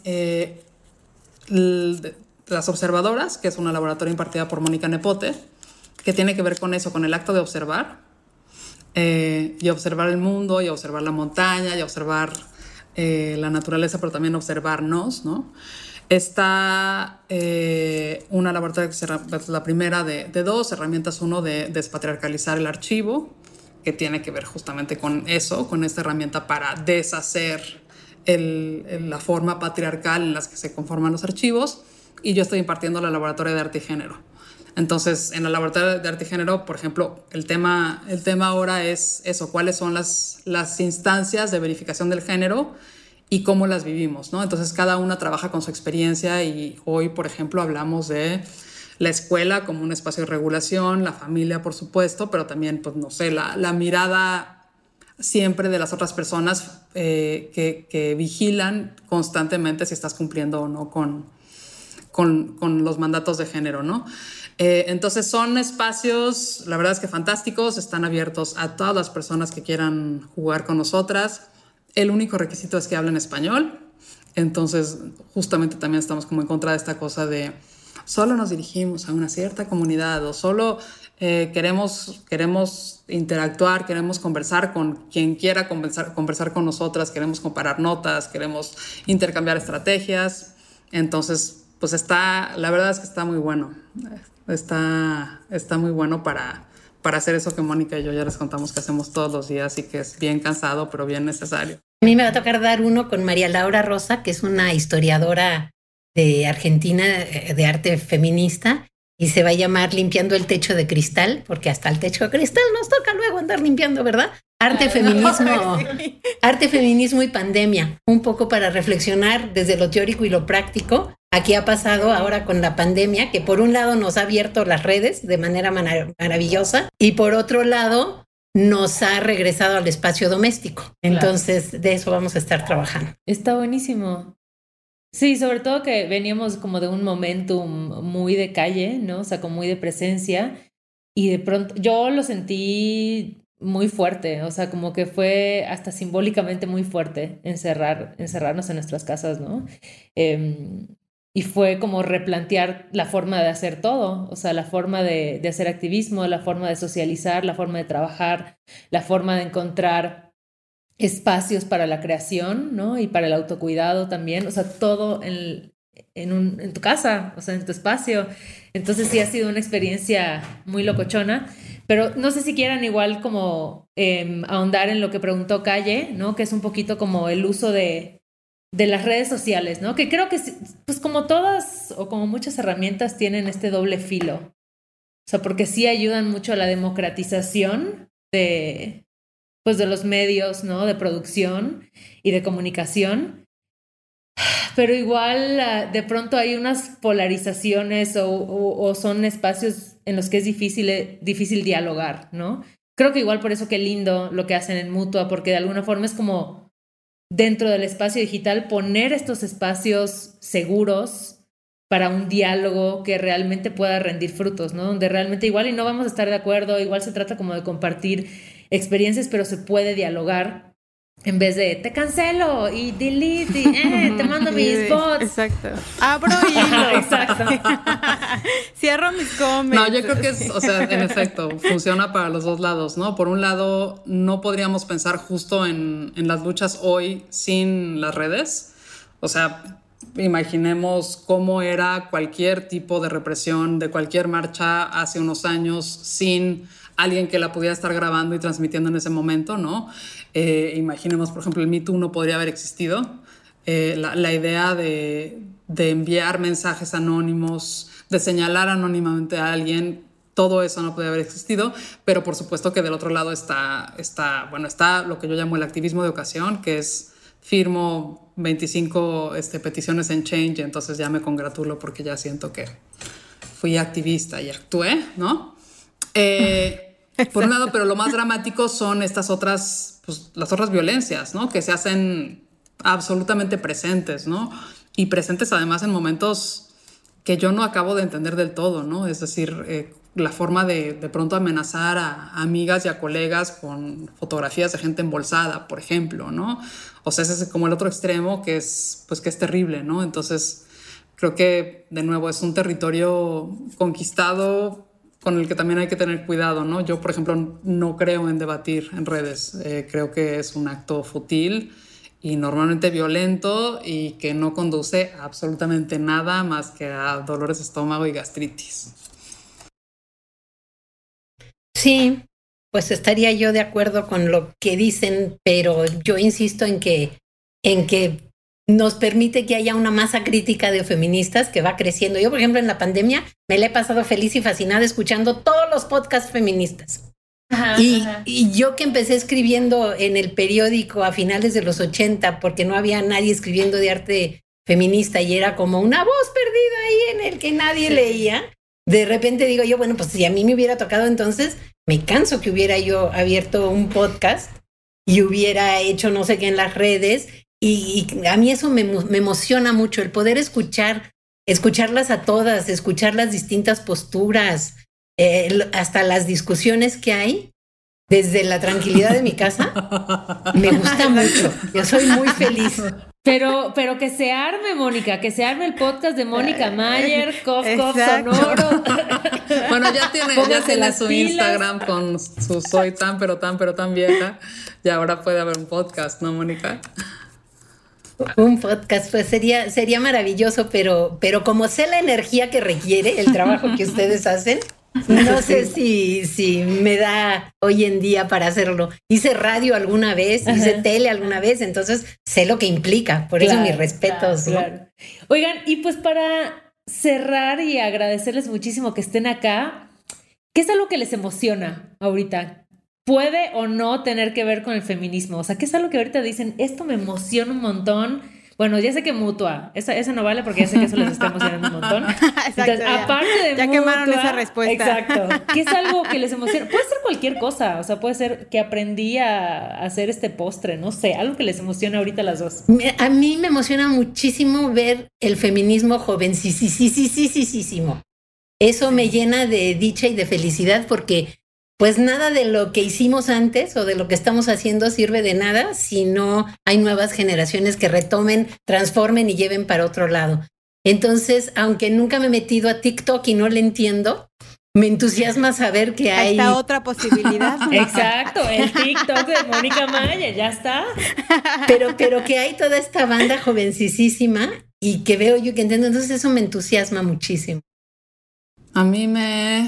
las observadoras, que es una laboratoria impartida por Mónica Nepote, que tiene que ver con eso, con el acto de observar y observar el mundo y observar la montaña y observar la naturaleza, pero también observarnos, ¿no? Está una laboratoria que es la primera de 2 herramientas, uno de despatriarcalizar el archivo, que tiene que ver justamente con eso, con esta herramienta para deshacer la forma patriarcal en la que se conforman los archivos, y yo estoy impartiendo la laboratoria de arte y género. Entonces, en la laboratoria de arte y género, por ejemplo, el tema ahora es eso, cuáles son las instancias de verificación del género y cómo las vivimos, ¿no? Entonces, cada una trabaja con su experiencia y hoy, por ejemplo, hablamos de la escuela como un espacio de regulación, la familia, por supuesto, pero también, pues, no sé, la mirada siempre de las otras personas que vigilan constantemente si estás cumpliendo o no con los mandatos de género, ¿no? Entonces son espacios, la verdad es que fantásticos, están abiertos a todas las personas que quieran jugar con nosotras. El único requisito es que hablen español. Entonces justamente también estamos como en contra de esta cosa de solo nos dirigimos a una cierta comunidad o solo queremos interactuar, queremos conversar con quien quiera conversar con nosotras, queremos comparar notas, queremos intercambiar estrategias. Entonces, pues la verdad es que está muy bueno. Está muy bueno para hacer eso que Mónica y yo ya les contamos que hacemos todos los días y que es bien cansado, pero bien necesario. A mí me va a tocar dar uno con María Laura Rosa, que es una historiadora de Argentina de arte feminista, y se va a llamar Limpiando el Techo de Cristal, porque hasta el techo de cristal nos toca luego andar limpiando, ¿verdad? Arte, feminismo y pandemia, un poco para reflexionar desde lo teórico y lo práctico. Aquí ha pasado ahora con la pandemia, que por un lado nos ha abierto las redes de manera maravillosa y por otro lado nos ha regresado al espacio doméstico. Entonces, de eso vamos a estar trabajando. Está buenísimo. Sí, sobre todo que veníamos como de un momentum muy de calle, ¿no? O sea, como muy de presencia, y de pronto yo lo sentí muy fuerte, o sea, como que fue hasta simbólicamente muy fuerte encerrarnos en nuestras casas, ¿no? Y fue como replantear la forma de hacer todo, o sea, la forma de hacer activismo, la forma de socializar, la forma de trabajar, la forma de encontrar espacios para la creación, ¿no? Y para el autocuidado también, o sea, todo en tu casa, o sea, en tu espacio. Entonces sí ha sido una experiencia muy locochona, pero no sé si quieran igual como ahondar en lo que preguntó Calle, ¿no? Que es un poquito como el uso de las redes sociales, ¿no? Que creo que pues como todas o como muchas herramientas tienen este doble filo, O sea, porque sí ayudan mucho a la democratización de los medios, ¿no? De producción y de comunicación. Pero igual de pronto hay unas polarizaciones o son espacios en los que es difícil dialogar, ¿no? Creo que igual por eso qué lindo lo que hacen en Mutua, porque de alguna forma es como dentro del espacio digital poner estos espacios seguros para un diálogo que realmente pueda rendir frutos, ¿no? Donde realmente igual y no vamos a estar de acuerdo, igual se trata como de compartir experiencias, pero se puede dialogar en vez de te cancelo y delete y te mando mis bots. Exacto. Abro hilo. Exacto. Cierro mis comments. No, yo creo que es, o sea, en efecto, funciona para los dos lados, ¿no? Por un lado, no podríamos pensar justo en las luchas hoy sin las redes. O sea, imaginemos cómo era cualquier tipo de represión de cualquier marcha hace unos años sin alguien que la pudiera estar grabando y transmitiendo en ese momento, ¿no? Imaginemos, por ejemplo, el Me Too no podría haber existido. La idea de enviar mensajes anónimos, de señalar anónimamente a alguien, todo eso no podría haber existido, pero por supuesto que del otro lado está lo que yo llamo el activismo de ocasión, que es firmo 25 peticiones en Change, entonces ya me congratulo porque ya siento que fui activista y actué, ¿no? Por un lado, pero lo más dramático son estas otras, pues, las otras violencias, ¿no? Que se hacen absolutamente presentes, ¿no? Y presentes además en momentos que yo no acabo de entender del todo, ¿no? Es decir, la forma de pronto amenazar a amigas y a colegas con fotografías de gente embolsada, por ejemplo, ¿no? O sea, ese es como el otro extremo que es terrible, ¿no? Entonces, creo que, de nuevo, es un territorio conquistado con el que también hay que tener cuidado, ¿no? Yo, por ejemplo, no creo en debatir en redes. Creo que es un acto fútil y normalmente violento y que no conduce a absolutamente nada más que a dolores de estómago y gastritis. Sí, pues estaría yo de acuerdo con lo que dicen, pero yo insisto en que nos permite que haya una masa crítica de feministas que va creciendo. Yo, por ejemplo, en la pandemia me la he pasado feliz y fascinada escuchando todos los podcasts feministas. Ajá, y yo que empecé escribiendo en el periódico a finales de los 80, porque no había nadie escribiendo de arte feminista y era como una voz perdida ahí en el que nadie leía, de repente digo yo, bueno, pues si a mí me hubiera tocado entonces, me canso que hubiera yo abierto un podcast y hubiera hecho no sé qué en las redes. Y a mí eso me emociona mucho, el poder escucharlas a todas, escuchar las distintas posturas, hasta las discusiones que hay desde la tranquilidad de mi casa. Me gusta mucho, yo soy muy feliz. Pero que se arme, Mónica, que se arme el podcast de Mónica Mayer, Cof Sonoro. Bueno, ya tiene su pilas. Instagram con su soy tan, pero tan vieja. Y ahora puede haber un podcast, ¿no, Mónica? Un podcast, pues sería maravilloso, pero como sé la energía que requiere el trabajo que ustedes hacen, no sé si me da hoy en día para hacerlo. Hice radio alguna vez, hice tele alguna vez, entonces sé lo que implica, por eso mis respetos. Claro. Oigan, y pues para cerrar y agradecerles muchísimo que estén acá, ¿qué es algo que les emociona ahorita? ¿Puede o no tener que ver con el feminismo? O sea, ¿qué es algo que ahorita dicen? Esto me emociona un montón. Bueno, ya sé que Mutua, esa no vale porque ya sé que eso les está emocionando un montón. Exacto, entonces, aparte de ya Mutua, quemaron esa respuesta. Exacto. ¿Qué es algo que les emociona? Puede ser cualquier cosa. O sea, puede ser que aprendí a hacer este postre, no sé, algo que les emociona ahorita a las dos. A mí me emociona muchísimo ver el feminismo jovencísimo. Eso me llena de dicha y de felicidad porque pues nada de lo que hicimos antes o de lo que estamos haciendo sirve de nada si no hay nuevas generaciones que retomen, transformen y lleven para otro lado. Entonces, aunque nunca me he metido a TikTok y no le entiendo, me entusiasma saber que hay... Esta otra posibilidad. Exacto, el TikTok de Mónica Mayer, ya está. Pero que hay toda esta banda jovencísima y que veo yo que entiendo, entonces eso me entusiasma muchísimo. A mí me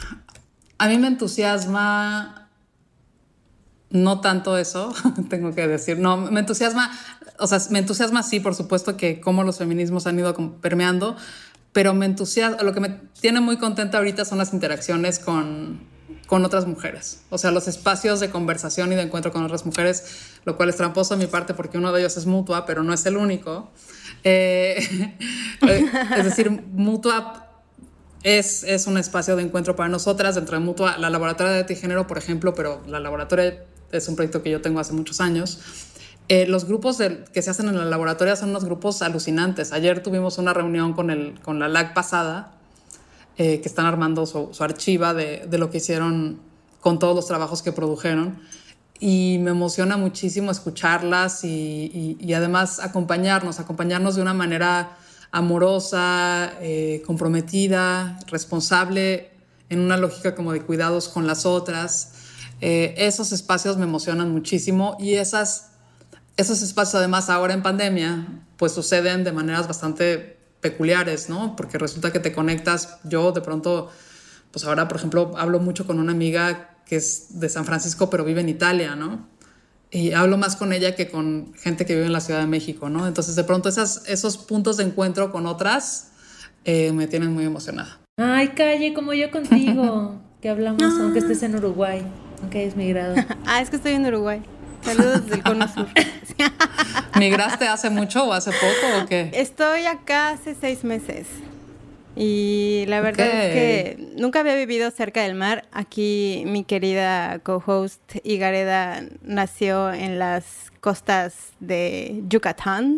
entusiasma no tanto eso, tengo que decir. No, me entusiasma sí, por supuesto que cómo los feminismos han ido permeando, pero me entusiasma, lo que me tiene muy contenta ahorita son las interacciones con otras mujeres. O sea, los espacios de conversación y de encuentro con otras mujeres, lo cual es tramposo a mi parte porque uno de ellos es Mutua, pero no es el único. Es decir, Mutua es un espacio de encuentro para nosotras. Dentro de Mutua, la Laboratoria de Arte y Género, por ejemplo, pero la Laboratoria es un proyecto que yo tengo hace muchos años. Los grupos que se hacen en la laboratoria son unos grupos alucinantes. Ayer tuvimos una reunión con la LAC pasada, que están armando su archiva de lo que hicieron con todos los trabajos que produjeron. Y me emociona muchísimo escucharlas y además acompañarnos de una manera amorosa, comprometida, responsable, en una lógica como de cuidados con las otras. Esos espacios me emocionan muchísimo y esos espacios, además, ahora en pandemia, pues suceden de maneras bastante peculiares, ¿no? Porque resulta que te conectas. Yo de pronto, pues ahora, por ejemplo, hablo mucho con una amiga que es de San Francisco, pero vive en Italia, ¿no? Y hablo más con ella que con gente que vive en la Ciudad de México, ¿no? Entonces, de pronto, esos puntos de encuentro con otras me tienen muy emocionada. Ay, Calle, como yo contigo, que hablamos, aunque estés en Uruguay, aunque hayas migrado. Es que estoy en Uruguay. Saludos del Cono Sur. ¿Migraste hace mucho o hace poco o qué? Estoy acá hace 6 meses. Y la verdad es que nunca había vivido cerca del mar. Aquí mi querida co-host Igareda nació en las costas de Yucatán.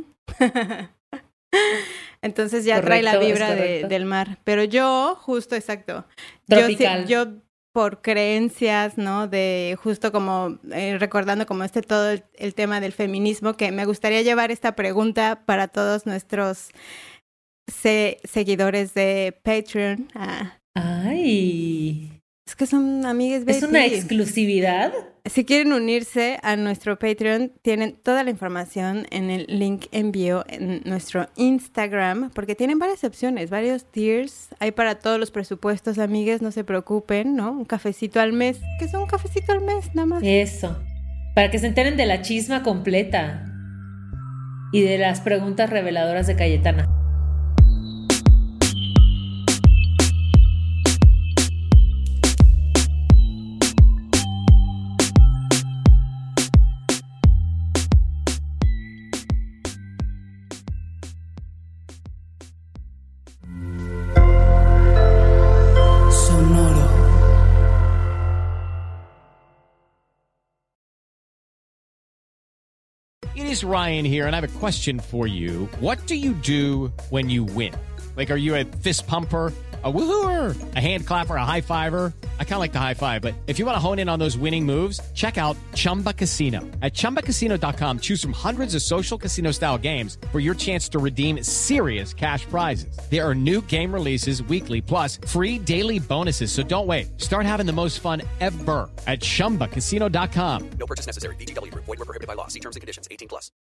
Entonces ya trae la vibra del mar. Pero yo, justo, exacto. Tropical. Yo por creencias, ¿no? De justo como recordando como todo el tema del feminismo, que me gustaría llevar esta pregunta para todos nuestros seguidores de Patreon. ¡Ay! Es que son amigues baby. ¿Es una exclusividad? Si quieren unirse a nuestro Patreon, tienen toda la información en el link en bio en nuestro Instagram, porque tienen varias opciones, varios tiers. Hay para todos los presupuestos, amigues, no se preocupen, ¿no? Un cafecito al mes, que es un cafecito al mes, nada más. Eso, para que se enteren de la chisma completa y de las preguntas reveladoras de Cayetana. It is Ryan here, and I have a question for you. What do you do when you win? Like, are you a fist pumper, a woo-hooer, a hand clapper, a high-fiver? I kind of like the high-five, but if you want to hone in on those winning moves, check out Chumba Casino. At ChumbaCasino.com, choose from hundreds of social casino-style games for your chance to redeem serious cash prizes. There are new game releases weekly, plus free daily bonuses, so don't wait. Start having the most fun ever at ChumbaCasino.com. No purchase necessary. VGW Group. Void where prohibited by law. See terms and conditions. 18+.